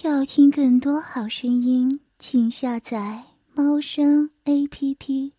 要听更多好声音，请下载猫声 APP。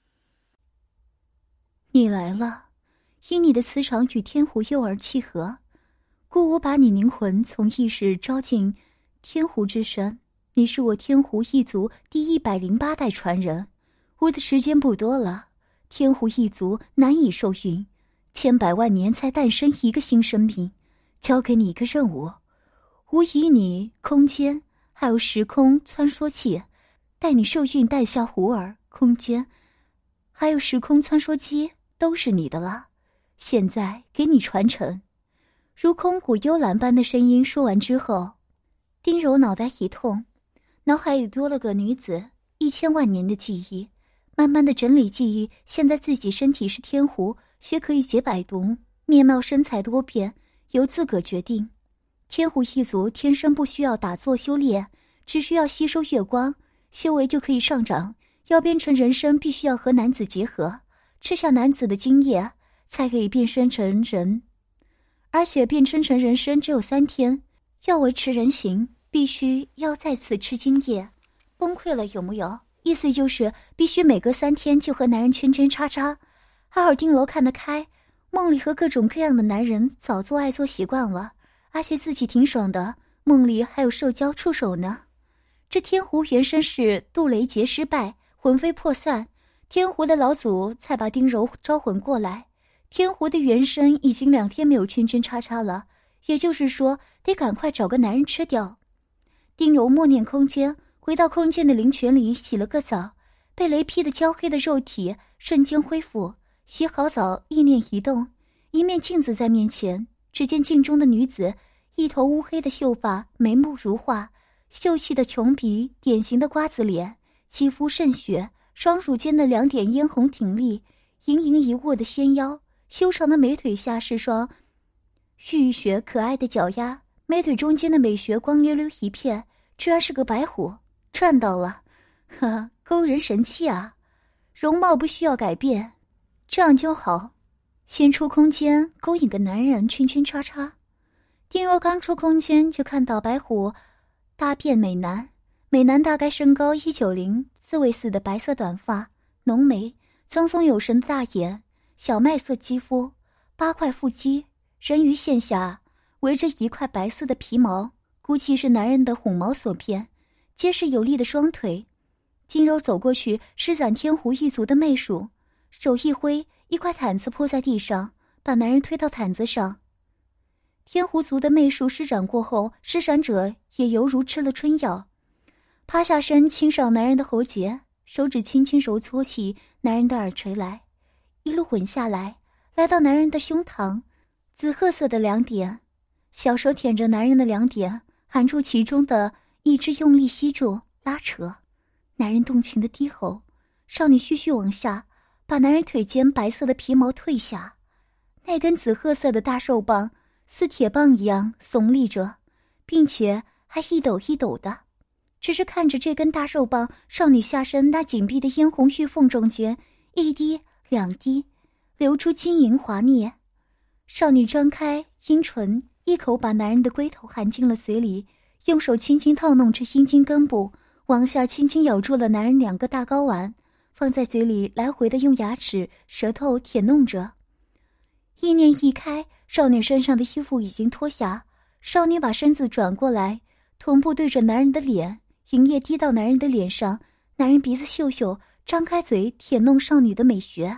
你来了，因你的磁场与天湖幼儿契合，故我把你灵魂从意识招进天湖之身。你是我天湖一族第108代传人，我的时间不多了，天湖一族难以受孕，千百万年才诞生一个新生命，交给你一个任务，我以你空间还有时空穿梭器带你受孕，带下湖儿，空间还有时空穿梭机都是你的了，现在给你传承。如空谷幽兰般的声音说完之后，丁柔脑袋一痛，脑海里多了个女子1000万年的记忆，慢慢的整理记忆。现在自己身体是天湖，血可以解百毒，面貌身材多变，由自个决定。天湖一族天生不需要打坐修炼，只需要吸收月光，修为就可以上涨。要变成人身，必须要和男子结合，吃下男子的精液，才可以变身成人。而且变身成人身只有3天，要维持人形，必须要再次吃精液。崩溃了有木有？意思就是必须每隔3天就和男人圈圈叉叉。还好丁柔看得开，梦里和各种各样的男人早做爱做习惯了，而且自己挺爽的，梦里还有社交触手呢。这天湖原身是杜雷劫失败，魂飞魄散，天湖的老祖才把丁柔招魂过来。天湖的原身已经2天没有圈圈叉叉了，也就是说得赶快找个男人吃掉。丁柔默念空间，回到空间的灵泉里洗了个澡，被雷劈的焦黑的肉体瞬间恢复。洗好澡，意念一动，一面镜子在面前，只见镜中的女子一头乌黑的秀发，眉目如画，秀气的琼鼻，典型的瓜子脸，肌肤渗血，双乳间的2点嫣红挺立，盈盈一握的纤腰，修长的美腿下是双玉雪可爱的脚丫，美腿中间的美穴光溜溜一片，居然是个白虎，赚到了，呵呵，勾人神气啊！容貌不需要改变，这样就好。先出空间，勾引个男人圈圈叉叉。丁柔刚出空间就看到白虎大变美男，美男大概身高190，刺猬似的白色短发，浓眉，苍松有神的大眼，小麦色肌肤，8块腹肌，人鱼线下围着一块白色的皮毛，估计是男人的虎毛所变，结实有力的双腿。丁柔走过去施展天湖一族的媚术，手一挥，一块毯子铺在地上，把男人推到毯子上。天湖族的媚术施展过后，施展者也犹如吃了春药，趴下身亲上男人的喉结，手指轻轻揉搓起男人的耳垂来，一路滚下来，来到男人的胸膛，紫褐色的2点，小手舔着男人的2点，含住其中的一只，用力吸住拉扯。男人动情的低吼，少女徐徐往下，把男人腿间白色的皮毛褪下，那根紫褐色的大肉棒似铁棒一样耸立着，并且还一抖一抖的。只是看着这根大肉棒，少女下身那紧闭的嫣红玉缝中间1滴2滴流出晶莹滑腻。少女张开阴唇，一口把男人的龟头含进了嘴里，用手轻轻套弄着阴茎根部，往下轻轻咬住了男人2个大睾丸，放在嘴里来回的用牙齿舌头舔弄着。意念一开，少女身上的衣服已经脱下，少女把身子转过来，臀部对着男人的脸，银液滴到男人的脸上，男人鼻子嗅嗅，张开嘴舔弄少女的美穴。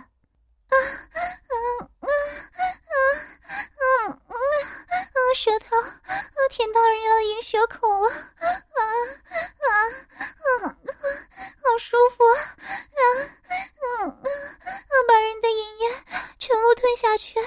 舌头舔到人家的银穴口了，好舒服把人的银液全部吞下去。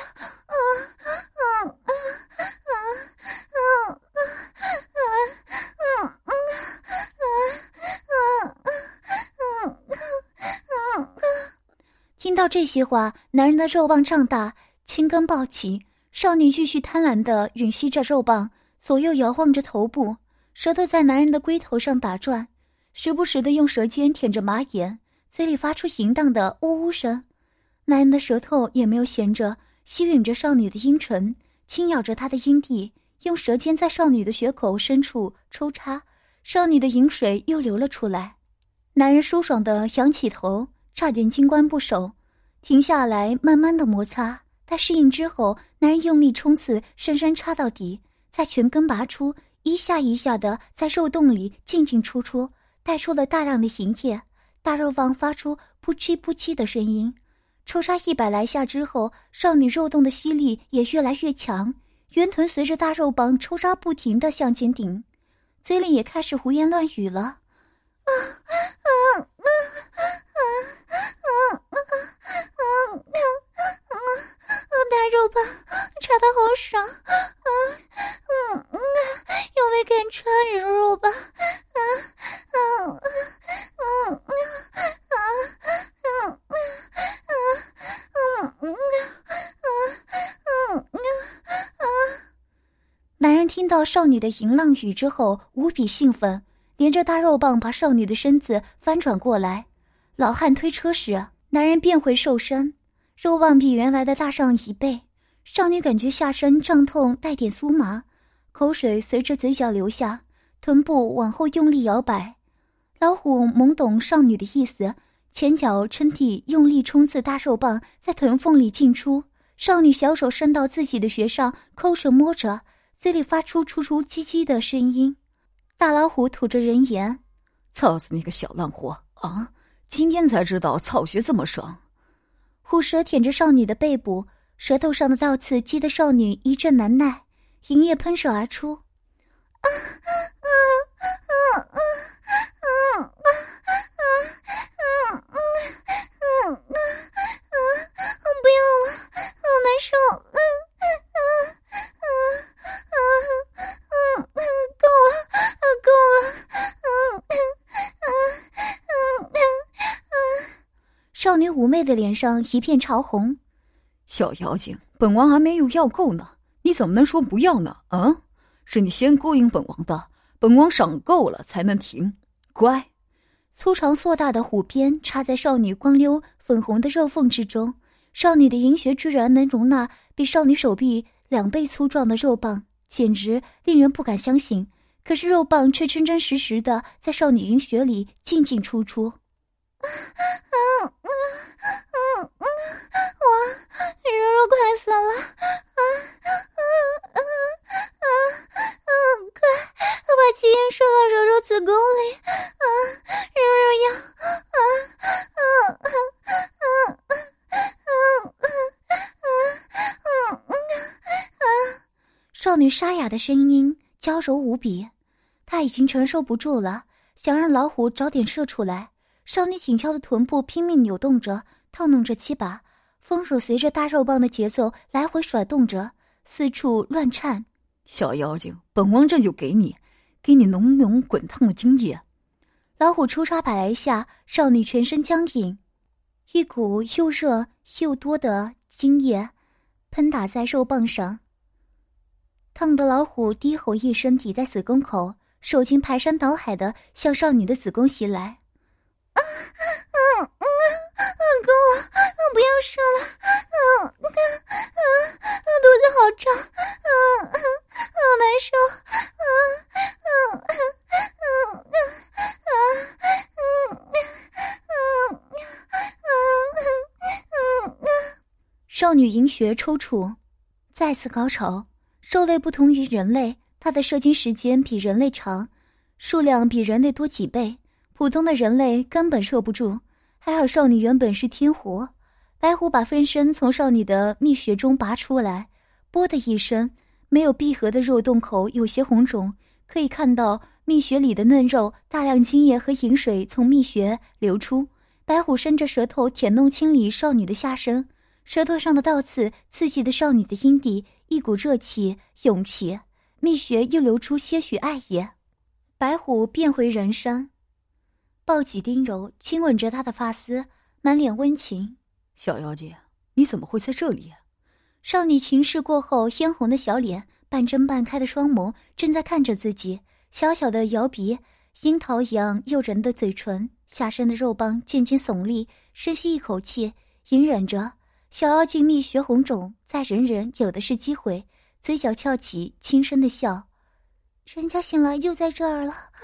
听到这些话，男人的肉棒胀大，青根暴起。少女继续贪婪地吮吸着肉棒，左右摇晃着头部，舌头在男人的龟头上打转，时不时地用舌尖舔着马眼，嘴里发出淫荡的呜呜声。男人的舌头也没有闲着，吸吮着少女的阴唇，轻咬着她的阴蒂，用舌尖在少女的穴口深处抽插， 少女的饮水又流了出来。男人舒爽地仰起头，差点金冠不守，停下来慢慢地摩擦。待适应之后，男人用力冲刺，深深插到底，再全根拔出，一下一下的在肉洞里进进出出，带出了大量的银液。大肉棒发出扑哧扑哧的声音。抽插100来下之后，少女肉洞的吸力也越来越强，圆臀随着大肉棒抽插不停地向前顶，嘴里也开始胡言乱语了。大肉棒插得好爽，用力更插人肉棒，男人听到少女的淫浪语之后无比兴奋，连着大肉棒把少女的身子翻转过来。老汉推车时，男人变回瘦身，肉棒比原来的大上1倍。少女感觉下身胀痛带点酥麻，口水随着嘴角流下，臀部往后用力摇摆。老虎懵懂少女的意思，前脚撑地用力冲刺大肉棒在臀缝里进出。少女小手伸到自己的穴上，抠着摸着，嘴里发出楚楚唧唧的声音。大老虎吐着人言： 操死你个小烂货啊！今天才知道操穴这么爽。 虎舌舔着少女的背部，舌头上的倒刺激得少女一阵难耐，银液喷射而出。不要了，好难受。够了。少女妩媚的脸上一片潮红。 小妖精，本王还没有要够呢，你怎么能说不要呢？啊，是你先勾引本王的，本王赏够了才能停。乖。 粗长硕大的虎鞭插在少女光溜粉红的肉缝之中，少女的银穴居然能容纳比少女手臂2倍粗壮的肉棒，简直令人不敢相信。可是肉棒却真真实实的在少女银穴里进进出出。哇，肉肉快死了！快把基因射到柔柔子宫里！柔柔要！少女沙哑的声音娇柔无比，她已经承受不住了，想让老虎早点射出来。少女挺翘的臀部拼命扭动着，套弄着7把，风手随着大肉棒的节奏来回甩动着，四处乱颤。 小妖精，本王这就给你浓浓滚烫的精液。 老虎抽插100来下，少女全身僵硬，一股又热又多的精液喷打在肉棒上，烫得老虎低吼一声，抵在子宫口，手劲排山倒海的向少女的子宫袭来。够了，不要射了，肚子好胀，好难受，少女银穴抽搐，再次高潮。兽类不同于人类，它的射精时间比人类长，数量比人类多几倍，普通的人类根本射不住。还好少女原本是天狐，白虎把分身从少女的蜜穴中拔出来，啵的一声，没有闭合的肉洞口有些红肿，可以看到蜜穴里的嫩肉，大量精液和饮水从蜜穴流出。白虎伸着舌头舔弄清理少女的下身，舌头上的倒刺刺激的少女的阴蒂一股热气涌起，蜜穴又流出些许爱液。白虎变回人身，抱起丁柔，亲吻着她的发丝，满脸温情。 小妖精，你怎么会在这里？ 少女情事过后，嫣红的小脸，半睁半开的双眸正在看着自己，小小的摇鼻，樱桃一样诱人的嘴唇，下身的肉棒渐渐耸立，深吸一口气，隐忍着。小妖精蜜穴红肿，再忍忍有的是机会，嘴角翘起，轻声的笑。人家醒来又在这儿了，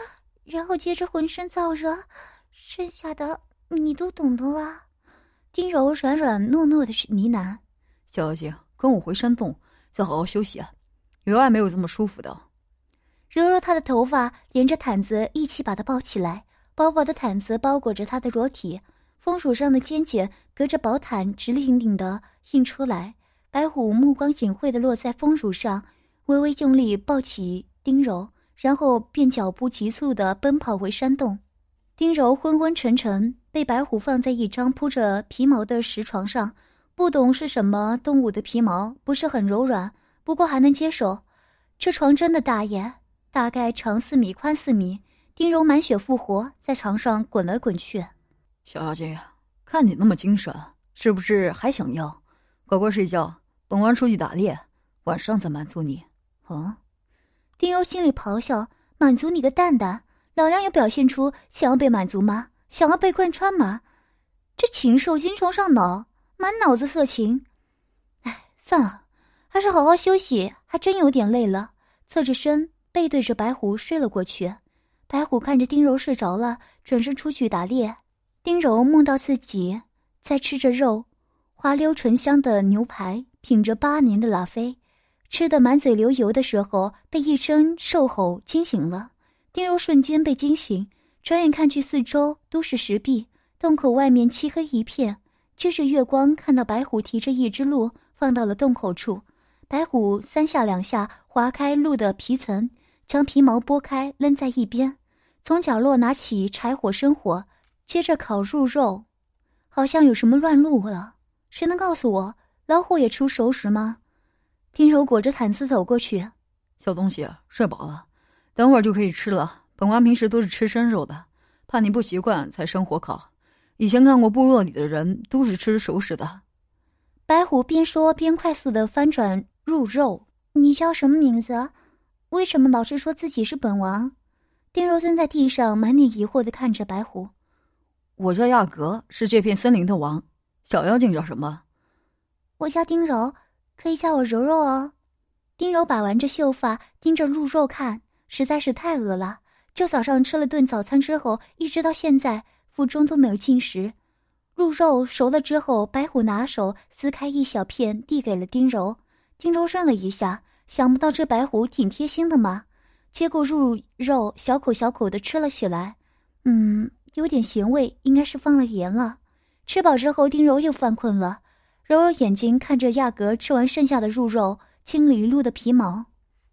然后接着浑身燥热，剩下的你都懂得了。丁柔软软糯糯的呢喃。 小妖精，跟我回山洞，再好好休息啊，原来没有这么舒服的。 揉揉她的头发，连着毯子一起把她抱起来，薄薄的毯子包裹着她的裸体，风鼠上的尖尖隔着薄毯直挺挺地映出来。白虎目光隐晦地落在风鼠上，微微用力抱起丁柔，然后便脚步急促地奔跑回山洞。丁柔昏昏沉沉，被白虎放在一张铺着皮毛的石床上，不懂是什么动物的皮毛，不是很柔软，不过还能接受。这床真的大耶，大概长4米，宽4米。丁柔满血复活，在床上滚来滚去。 小妖精，看你那么精神，是不是还想要？乖乖睡觉，本王出去打猎，晚上再满足你。 丁柔心里咆哮，满足你个蛋蛋！老娘有表现出想要被满足吗？想要被贯穿吗？这禽兽精虫上脑，满脑子色情。算了，还是好好休息，还真有点累了。侧着身，背对着白虎睡了过去。白虎看着丁柔睡着了，转身出去打猎。丁柔梦到自己在吃着肉，滑溜醇香的牛排，品着8年的拉菲，吃得满嘴流油的时候，被一声兽吼惊醒了。丁柔瞬间被惊醒，转眼看去四周都是石壁，洞口外面漆黑一片。借着月光看到白虎提着一只鹿放到了洞口处，白虎3下2下划开鹿的皮层，将皮毛剥开扔在一边，从角落拿起柴火生火，接着烤入肉。好像有什么乱入了，谁能告诉我，老虎也出熟食吗？丁柔裹着毯子走过去。 小东西，睡饱了，等会儿就可以吃了。本王平时都是吃生肉的，怕你不习惯才生火烤。以前看过部落里的人都是吃熟食的。 白虎边说边快速地翻转入肉。你叫什么名字？为什么老是说自己是本王？丁柔蹲在地上，满脸疑惑地看着白虎。 我叫亚格，是这片森林的王。小妖精叫什么？ 我叫丁柔，可以叫我柔柔哦。丁柔把玩着秀发，盯着鹿肉看，实在是太饿了。就早上吃了顿早餐之后，一直到现在腹中都没有进食。鹿肉熟了之后，白虎拿手撕开一小片递给了丁柔。丁柔愣了一下，想不到这白虎挺贴心的嘛，接过鹿肉小口小口地吃了起来。有点咸味，应该是放了盐了。吃饱之后，丁柔又犯困了，揉揉眼睛看着亚格吃完剩下的鹿肉，清理鹿的皮毛。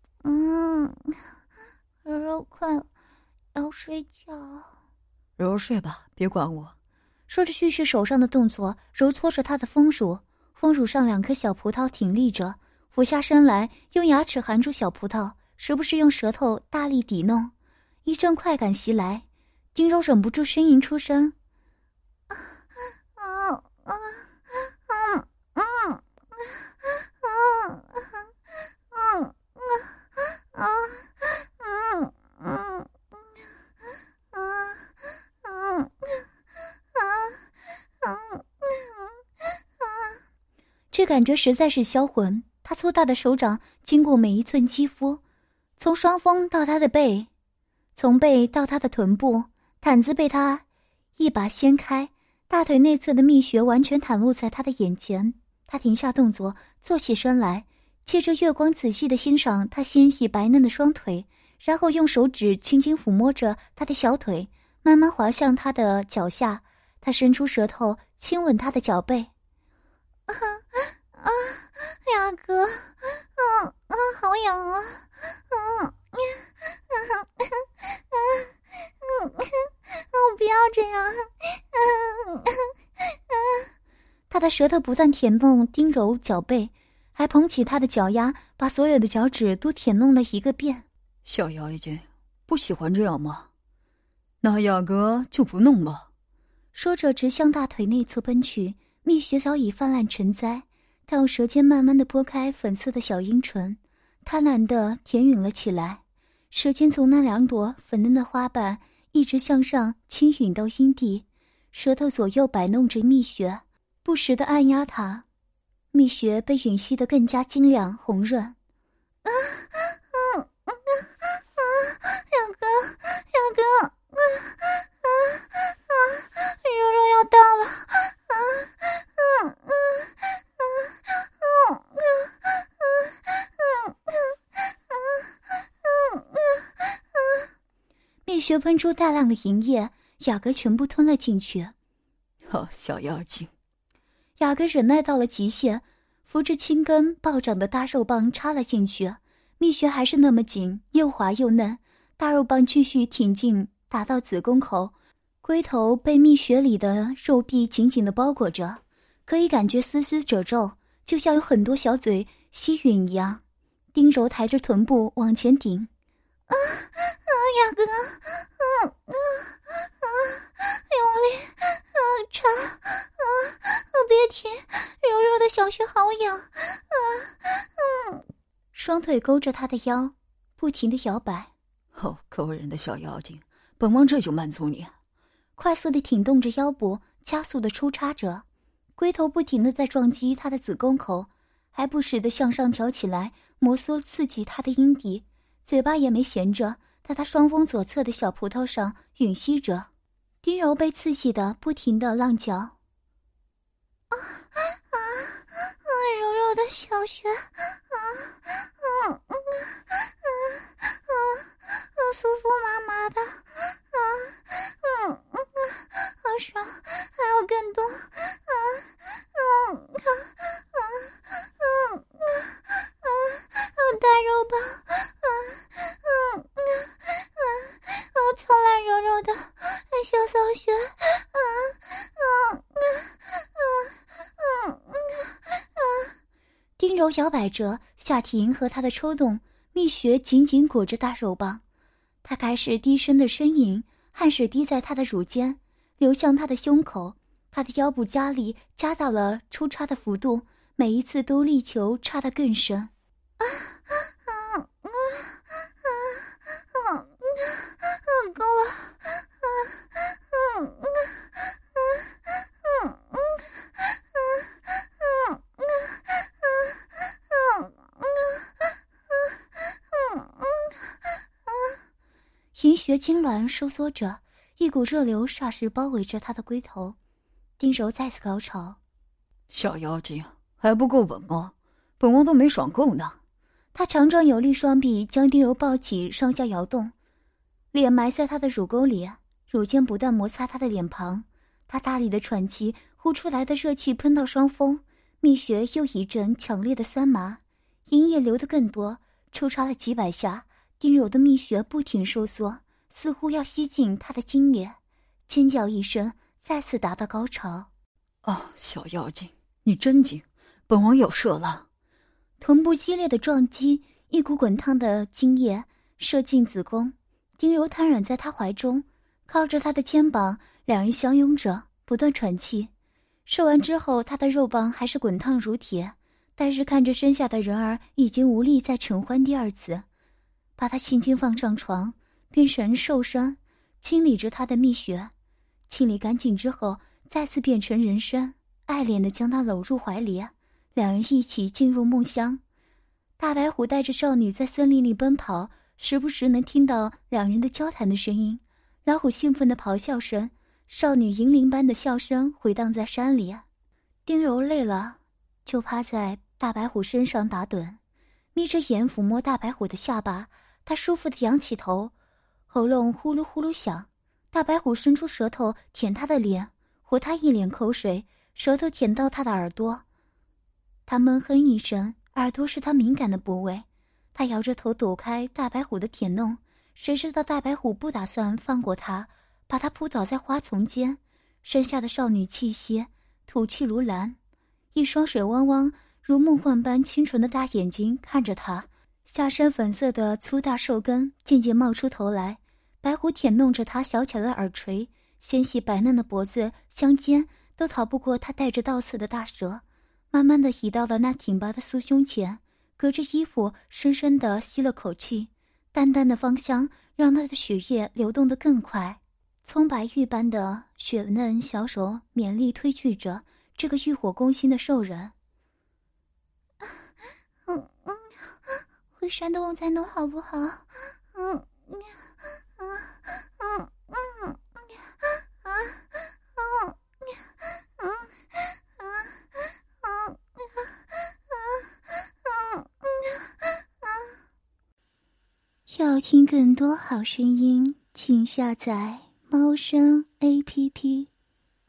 柔柔快要睡觉。 柔柔睡吧，别管我。 说着继续手上的动作，揉搓着他的风乳。风乳上2颗小葡萄挺立着，俯下身来，用牙齿含住小葡萄，时不时用舌头大力抵弄。一阵快感袭来，丁柔忍不住呻吟出声。这感觉实在是销魂。他粗大的手掌经过每一寸肌肤，从双峰到他的背，从背到他的臀部，毯子被他一把掀开，大腿内侧的蜜穴完全袒露在他的眼前。他停下动作，坐起身来，借着月光仔细地欣赏他纤细白嫩的双腿，然后用手指轻轻抚摸着他的小腿，慢慢滑向他的脚下。他伸出舌头亲吻他的脚背。亚哥，好痒啊！不要这样！他的舌头不断舔弄丁柔脚背，还捧起他的脚丫，把所有的脚趾都舔弄了一个遍。 小妖精，不喜欢这样吗？那亚哥就不弄了。 说着直向大腿内侧奔去，蜜穴早已泛滥成灾。他用舌尖慢慢地拨开粉色的小阴唇，贪婪地舔吮了起来，舌尖从那2朵粉嫩的花瓣一直向上轻吮到阴蒂，舌头左右摆弄着蜜穴，不时地按压它，蜜穴被吮吸得更加晶亮红润。亚哥， 血喷出大量的银液，雅阁全部吞了进去。 小妖精！ 雅阁忍耐到了极限，扶着青根暴涨的大肉棒插了进去，蜜穴还是那么紧，又滑又嫩，大肉棒继续挺进，打到子宫口，龟头被蜜穴里的肉壁紧紧地包裹着，可以感觉丝丝褶皱，就像有很多小嘴吸吮一样。丁柔抬着臀部往前顶，雅哥，用力，插，别停，柔柔的小穴好痒，双腿勾着他的腰，不停地摇摆。 可恶人的小妖精，本王这就满足你。 快速地挺动着腰部，加速地抽插着，龟头不停地在撞击他的子宫口，还不时地向上挑起来，摩挲刺激他的阴蒂，嘴巴也没闲着，在他双峰左侧的小葡萄上吮吸着。丁柔被刺激的不停地浪叫，柔柔的小穴，酥酥麻麻的，好爽，还有更多，大肉棒，苍蓝柔柔的小骚穴，丁柔摇摆着下体迎合他的抽动，蜜穴紧紧裹着大肉棒。他开始低声的呻吟，汗水滴在他的乳尖，流向他的胸口。他的腰部加力加大了抽插的幅度，每一次都力求插得更深。够了，银穴痉挛收缩着，一股热流霎时包围着他的龟头。丁柔再次高潮。 小妖精还不够稳哦，本王都没爽够呢。 他强壮有力双臂将丁柔抱起，上下摇动，脸埋在他的乳沟里，乳尖不断摩擦他的脸庞。他大力的喘气，呼出来的热气喷到双峰，蜜穴又一阵强烈的酸麻，银液流得更多。抽插了几百下，丁柔的蜜穴不停收缩，似乎要吸进他的精液。尖叫一声，再次达到高潮。 小妖精，你真精，本王要射了。 臀部激烈的撞击，一股滚烫的精液射进子宫。丁柔瘫软在他怀中，靠着他的肩膀，两人相拥着，不断喘气。射完之后，他的肉棒还是滚烫如铁，但是看着身下的人儿，已经无力再承欢第二次。把他轻轻放上床，变成兽身，清理着他的蜜穴。清理干净之后，再次变成人身，爱怜地将他搂入怀里，两人一起进入梦乡。大白虎带着少女在森林里奔跑，时不时能听到两人的交谈的声音，老虎兴奋的咆哮声，少女银铃般的笑声回荡在山里。丁柔累了，就趴在大白虎身上打盹，眯着眼抚摸大白虎的下巴。他舒服地仰起头，喉咙呼噜呼噜响。大白虎伸出舌头舔他的脸，和他一脸口水，舌头舔到他的耳朵。他闷哼一声，耳朵是他敏感的部位。他摇着头躲开大白虎的舔弄，谁知道大白虎不打算放过他，把他扑倒在花丛间。身下的少女气息，吐气如兰，一双水汪汪如梦幻般清纯的大眼睛看着他，下身粉色的粗大兽根渐渐冒出头来。白虎舔弄着他小巧的耳垂，纤细白嫩的脖子相间都逃不过他带着倒刺的大舌，慢慢地移到了那挺拔的酥胸前，隔着衣服深深地吸了口气，淡淡的芳香让他的血液流动得更快。葱白玉般的雪嫩小手勉力推拒着这个欲火攻心的兽人。会扇动我才能好不好？要听更多好声音， 请下载猫声 APP。